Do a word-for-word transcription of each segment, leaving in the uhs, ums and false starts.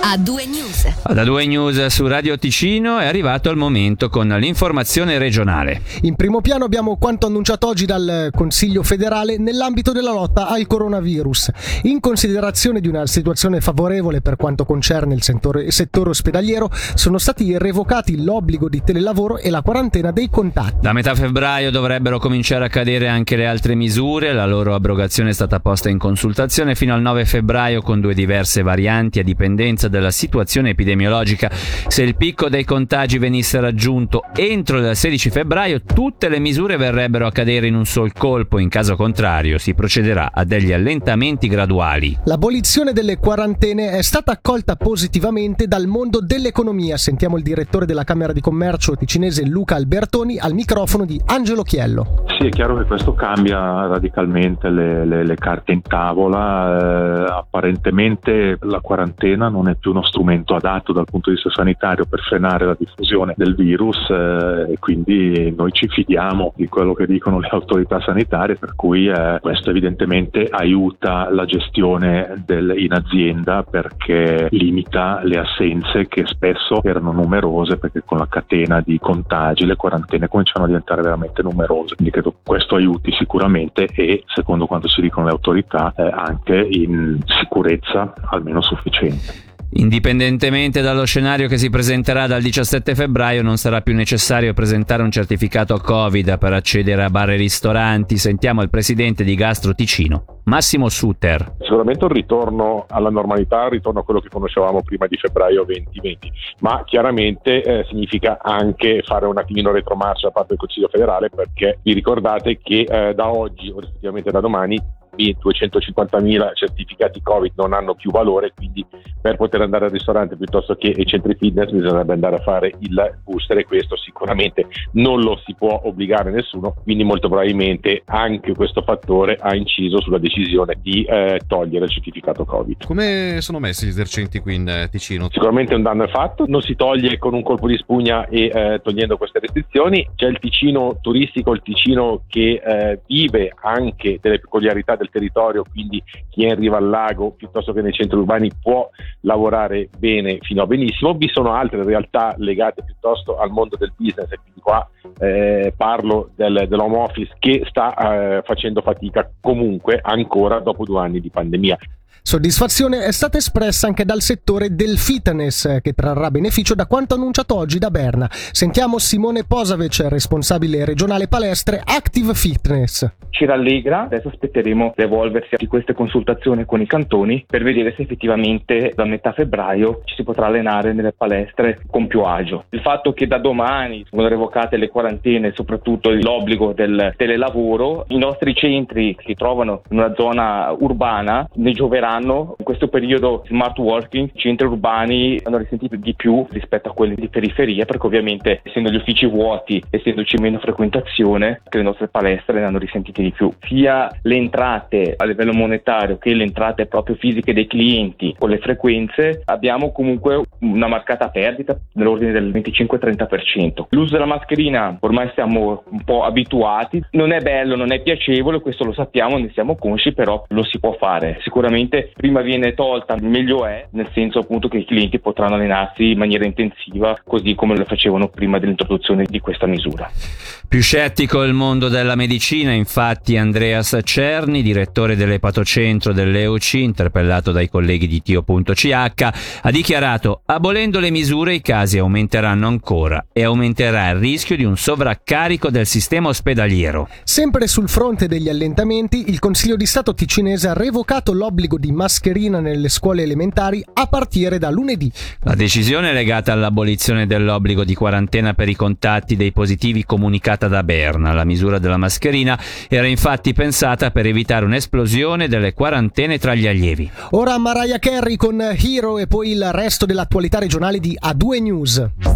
A due News. Da due News su Radio Ticino è arrivato il momento con l'informazione regionale. In primo piano abbiamo quanto annunciato oggi dal Consiglio federale nell'ambito della lotta al coronavirus. In considerazione di una situazione favorevole per quanto concerne il settore, settore ospedaliero, sono stati revocati l'obbligo di telelavoro e la quarantena dei contatti. Da metà febbraio dovrebbero cominciare a cadere anche le altre misure. La loro abrogazione è stata posta in consultazione fino al nove febbraio con due diverse varianti a dipendenza della situazione epidemiologica. Se il picco dei contagi venisse raggiunto entro il sedici febbraio, tutte le misure verrebbero a cadere in un sol colpo. In caso contrario, si procederà a degli allentamenti graduali. L'abolizione delle quarantene è stata accolta positivamente dal mondo dell'economia. Sentiamo il direttore della Camera di Commercio ticinese Luca Albertoni al microfono di Angelo Chiello. Sì, è chiaro che questo cambia radicalmente le, le, le carte in tavola. Eh, apparentemente la quarantena non è più uno strumento adatto dal punto di vista sanitario per frenare la diffusione del virus eh, e quindi noi ci fidiamo di quello che dicono le autorità sanitarie, per cui eh, questo evidentemente aiuta la gestione del, in azienda, perché limita le assenze che spesso erano numerose, perché con la catena di contagi le quarantene cominciano a diventare veramente numerose. Quindi credo questo aiuti sicuramente e, secondo quanto ci dicono le autorità, eh, anche in sicurezza almeno sufficiente. Indipendentemente dallo scenario che si presenterà dal diciassette febbraio, non sarà più necessario presentare un certificato Covid per accedere a bar e ristoranti. Sentiamo il presidente di Gastro Ticino, Massimo Suter. Sicuramente un ritorno alla normalità, un ritorno a quello che conoscevamo prima di febbraio duemilaventi, ma chiaramente eh, significa anche fare un attimino retromarcia da parte del Consiglio federale, perché vi ricordate che eh, da oggi o rispettivamente da domani i duecentocinquantamila certificati Covid non hanno più valore, quindi per poter andare al ristorante piuttosto che ai centri fitness bisognerebbe andare a fare il booster, e questo sicuramente non lo si può obbligare nessuno, quindi molto probabilmente anche questo fattore ha inciso sulla decisione di eh, togliere il certificato Covid. Come sono messi gli esercenti qui in Ticino? Sicuramente un danno è fatto, non si toglie con un colpo di spugna e eh, togliendo queste restrizioni. C'è il Ticino turistico, il Ticino che eh, vive anche delle peculiarità del territorio, quindi chi è in riva al lago piuttosto che nei centri urbani può lavorare bene fino a benissimo. Vi sono altre realtà legate piuttosto al mondo del business, e quindi qua eh, parlo del, dell'home office che sta eh, facendo fatica comunque ancora dopo due anni di pandemia. Soddisfazione è stata espressa anche dal settore del fitness, che trarrà beneficio da quanto annunciato oggi da Berna. Sentiamo Simone Posavec, responsabile regionale palestre Active Fitness. Ci rallegra, adesso aspetteremo l'evolversi di queste consultazioni con i cantoni per vedere se effettivamente da metà febbraio ci si potrà allenare nelle palestre con più agio. Il fatto che da domani sono revocate le quarantene, soprattutto l'obbligo del telelavoro, i nostri centri che si trovano in una zona urbana ne gioveranno. In questo periodo smart working, i centri urbani hanno risentito di più rispetto a quelli di periferia, perché ovviamente essendo gli uffici vuoti, essendoci meno frequentazione, che le nostre palestre ne hanno risentiti di più. Sia le entrate a livello monetario che le entrate proprio fisiche dei clienti con le frequenze, abbiamo comunque una marcata perdita nell'ordine del venticinque-trenta per cento. L'uso della mascherina ormai siamo un po' abituati, non è bello, non è piacevole, questo lo sappiamo, ne siamo consci, però lo si può fare. Sicuramente prima viene tolta meglio è, nel senso appunto che i clienti potranno allenarsi in maniera intensiva così come lo facevano prima dell'introduzione di questa misura. Più scettico il mondo della medicina, infatti Andreas Cerni, direttore dell'epatocentro dell'E O C, interpellato dai colleghi di Tio punto C H, ha dichiarato: abolendo le misure i casi aumenteranno ancora e aumenterà il rischio di un sovraccarico del sistema ospedaliero. Sempre sul fronte degli allentamenti, il Consiglio di Stato ticinese ha revocato l'obbligo di mascherina nelle scuole elementari a partire da lunedì. La decisione è legata all'abolizione dell'obbligo di quarantena per i contatti dei positivi comunicata da Berna. La misura della mascherina era infatti pensata per evitare un'esplosione delle quarantene tra gli allievi. Ora Mariah Carey con Hero e poi il resto dell'attualità regionale di A due News.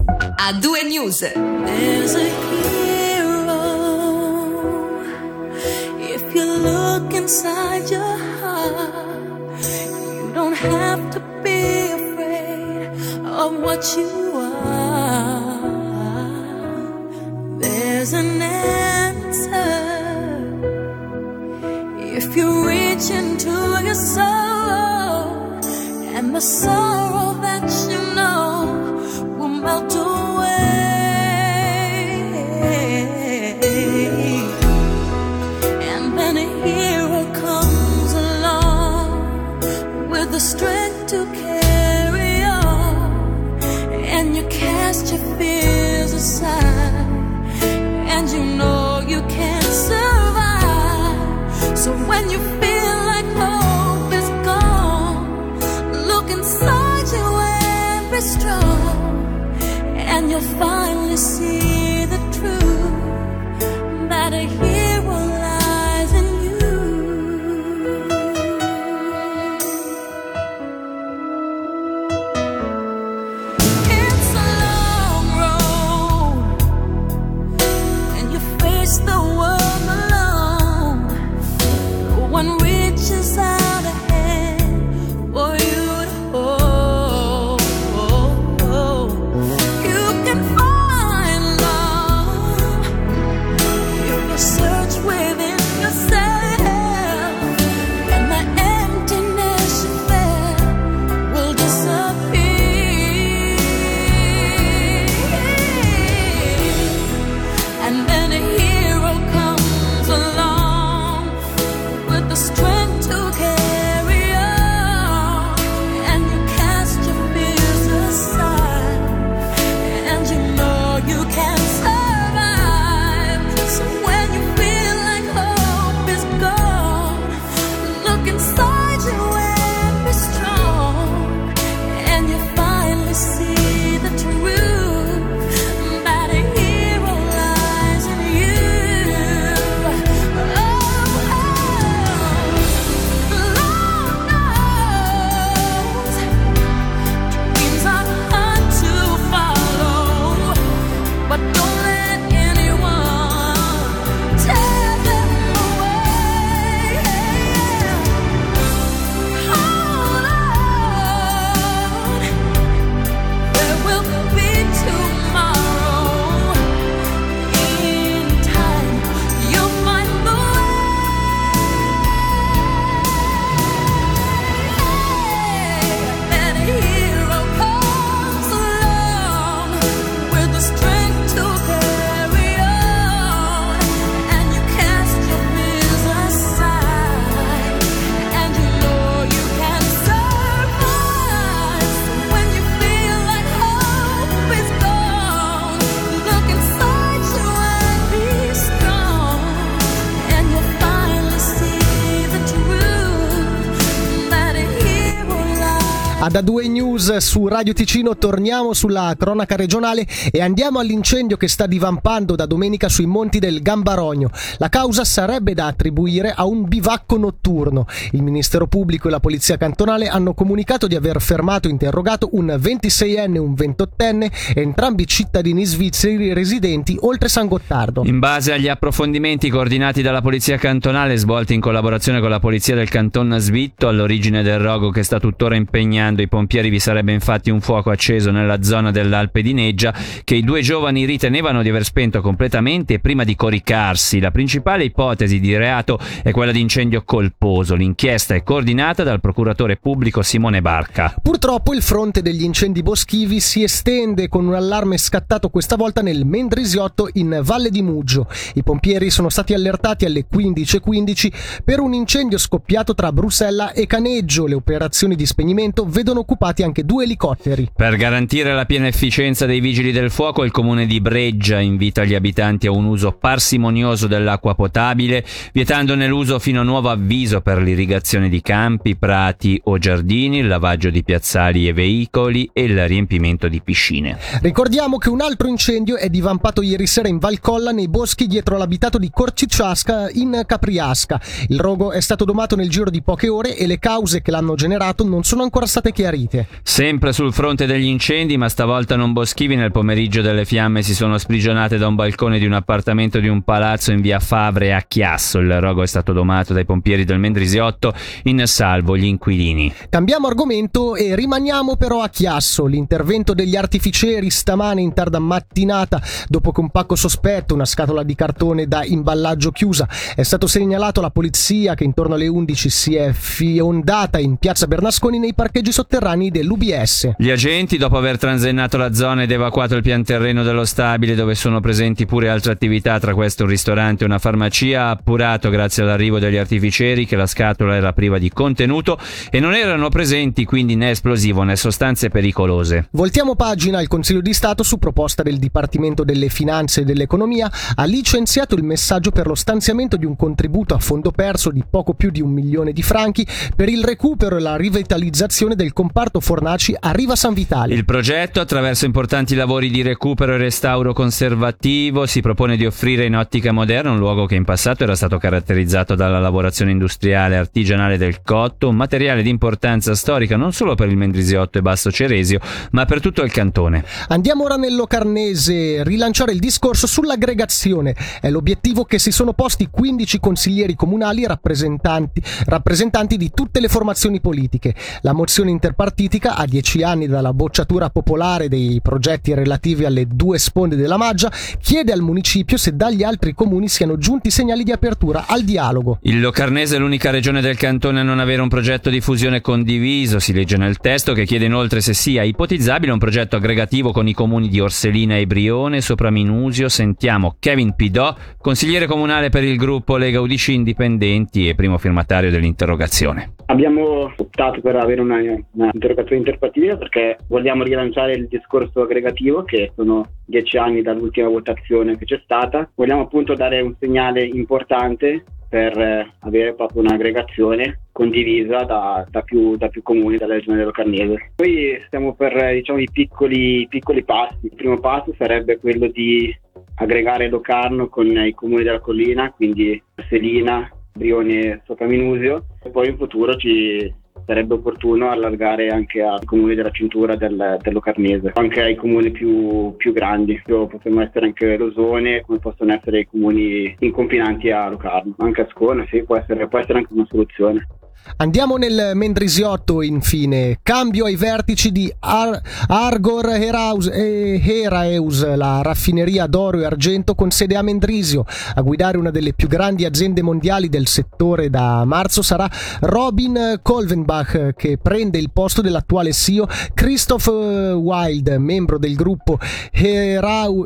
A due News. There's a hero if you look inside your heart. You don't have to be afraid of what you are. There's an answer if you reach into your soul, and the sorrow that with the strength to carry on, and you cast your fears aside, and you know you can't survive. So when you feel like hope is gone, look inside you and be strong, and you'll finally see the truth, that a hero lies in you. It's a long road, and you face the world alone. No one reaches out a hand for you to hold. You can find love if you search within yourself, and the emptiness you felt will disappear. And then a hero comes along with the strength to carry on, and you cast your fears aside, and you know you can survive. So when you feel like hope is gone, look inside you and be strong, and you finally see the truth, that a hero lies in you. Oh, Lord knows dreams are hard to follow, but don't let anyone tear them away. Hold on, there will be tomorrow. In time, you'll find the way. Then a hero comes along with the strength to carry on, and you cast your fears aside, and you know you can survive. So when you feel like hope is gone, look inside you and be strong, and you'll finally see the truth, that a hero lies. Ad A due News su Radio Ticino torniamo sulla cronaca regionale e andiamo all'incendio che sta divampando da domenica sui monti del Gambarogno. La causa sarebbe da attribuire a un bivacco notturno. Il Ministero Pubblico e la Polizia Cantonale hanno comunicato di aver fermato e interrogato un ventiseienne e un ventottenne, entrambi cittadini svizzeri residenti oltre San Gottardo. In base agli approfondimenti coordinati dalla Polizia Cantonale, svolti in collaborazione con la Polizia del Canton Svitto, all'origine del rogo che sta tuttora impegnando i pompieri vi sarebbe infatti un fuoco acceso nella zona dell'Alpe di Neggia che i due giovani ritenevano di aver spento completamente prima di coricarsi. La principale ipotesi di reato è quella di incendio colposo. L'inchiesta è coordinata dal procuratore pubblico Simone Barca. Purtroppo il fronte degli incendi boschivi si estende con un allarme scattato questa volta nel Mendrisiotto in Valle di Muggio. I pompieri sono stati allertati alle quindici e quindici per un incendio scoppiato tra Bruxelles e Caneggio. Le operazioni di spegnimento vedono occupati anche due elicotteri. Per garantire la piena efficienza dei vigili del fuoco, il comune di Breggia invita gli abitanti a un uso parsimonioso dell'acqua potabile, vietandone l'uso fino a nuovo avviso per l'irrigazione di campi, prati o giardini, il lavaggio di piazzali e veicoli e il riempimento di piscine. Ricordiamo che un altro incendio è divampato ieri sera in Valcolla, nei boschi dietro l'abitato di Corcicciasca in Capriasca. Il rogo è stato domato nel giro di poche ore e le cause che l'hanno generato non sono ancora state chiarite. Sempre sul fronte degli incendi, ma stavolta non boschivi, nel pomeriggio delle fiamme si sono sprigionate da un balcone di un appartamento di un palazzo in via Favre a Chiasso. Il rogo è stato domato dai pompieri del Mendrisiotto, in salvo gli inquilini. Cambiamo argomento e rimaniamo però a Chiasso. L'intervento degli artificieri stamane in tarda mattinata, dopo che un pacco sospetto, una scatola di cartone da imballaggio chiusa, è stato segnalato alla polizia, che intorno alle undici si è fiondata in piazza Bernasconi nei parcheggi sotterranei dell'U B S. Gli agenti, dopo aver transennato la zona ed evacuato il pian terreno dello stabile, dove sono presenti pure altre attività, tra queste un ristorante e una farmacia, ha appurato grazie all'arrivo degli artificieri che la scatola era priva di contenuto e non erano presenti quindi né esplosivo né sostanze pericolose. Voltiamo pagina. Il Consiglio di Stato, su proposta del Dipartimento delle Finanze e dell'Economia, ha licenziato il messaggio per lo stanziamento di un contributo a fondo perso di poco più di un milione di franchi per il recupero e la rivitalizzazione del comparto fornaci a Riva San Vitale. Il progetto, attraverso importanti lavori di recupero e restauro conservativo, si propone di offrire in ottica moderna un luogo che in passato era stato caratterizzato dalla lavorazione industriale e artigianale del cotto, un materiale di importanza storica non solo per il Mendrisiotto e Basso Ceresio, ma per tutto il cantone. Andiamo ora nel Locarnese. Rilanciare il discorso sull'aggregazione è l'obiettivo che si sono posti quindici consiglieri comunali e rappresentanti, rappresentanti di tutte le formazioni politiche. La mozione interpartitica, a dieci anni dalla bocciatura popolare dei progetti relativi alle due sponde della Maggia, chiede al municipio se dagli altri comuni siano giunti segnali di apertura al dialogo. Il Locarnese è l'unica regione del cantone a non avere un progetto di fusione condiviso, si legge nel testo, che chiede inoltre se sia ipotizzabile un progetto aggregativo con i comuni di Orselina e Brione, sopra Minusio. Sentiamo Kevin Pidò, consigliere comunale per il gruppo Lega U D C Indipendenti e primo firmatario dell'interrogazione. Abbiamo optato per avere una, una interrogazione interpartitica perché vogliamo rilanciare il discorso aggregativo, che sono dieci anni dall'ultima votazione che c'è stata. Vogliamo appunto dare un segnale importante per eh, avere proprio un'aggregazione condivisa da, da, più, da più comuni della regione del Locarnese. Poi stiamo per eh, diciamo i piccoli, piccoli passi. Il primo passo sarebbe quello di aggregare Locarno con i comuni della collina, quindi Selina, Brione e Sopraminusio, e poi in futuro ci sarebbe opportuno allargare anche ai comuni della cintura del, del Locarnese, anche ai comuni più, più grandi. Potremmo essere anche Rosone, come possono essere i comuni inconfinanti a Locarno, anche Ascona, sì, può essere, può essere anche una soluzione. Andiamo nel Mendrisiotto, infine. Cambio ai vertici di Ar- Argor Heraus- eh, Heraeus, la raffineria d'oro e argento con sede a Mendrisio. A guidare una delle più grandi aziende mondiali del settore da marzo sarà Robin Kolvenbach, che prende il posto dell'attuale C E O Christoph Wild, membro del gruppo Herau-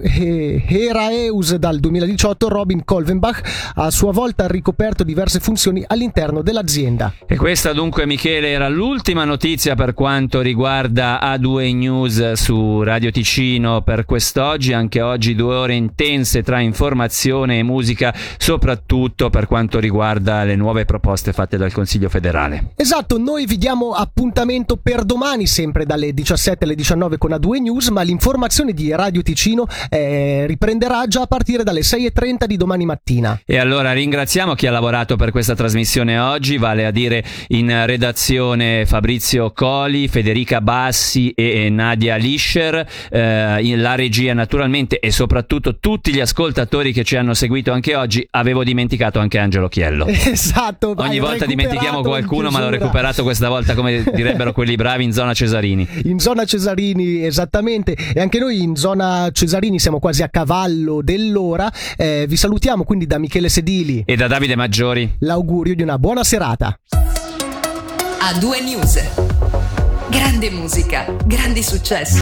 Heraeus dal duemiladiciotto. Robin Kolvenbach ha a sua volta ricoperto diverse funzioni all'interno dell'azienda. E questa dunque, Michele, era l'ultima notizia per quanto riguarda A due News su Radio Ticino per quest'oggi. Anche oggi due ore intense tra informazione e musica, soprattutto per quanto riguarda le nuove proposte fatte dal Consiglio federale. Esatto, noi vi diamo appuntamento per domani, sempre dalle diciassette alle diciannove con A due News, ma l'informazione di Radio Ticino eh, riprenderà già a partire dalle sei e trenta di domani mattina. E allora ringraziamo chi ha lavorato per questa trasmissione oggi, vale a dire in redazione Fabrizio Coli, Federica Bassi e Nadia Lischer, eh, la regia naturalmente, e soprattutto tutti gli ascoltatori che ci hanno seguito anche oggi. Avevo dimenticato anche Angelo Chiello. Esatto. Ogni volta dimentichiamo qualcuno, ma l'ho recuperato questa volta, come direbbero quelli bravi, in zona Cesarini. In zona Cesarini, esattamente. E anche noi in zona Cesarini siamo quasi a cavallo dell'ora. Eh, vi salutiamo quindi da Michele Sedili e da Davide Maggiori. L'augurio di una buona serata. A due News. Grande musica, grandi successi.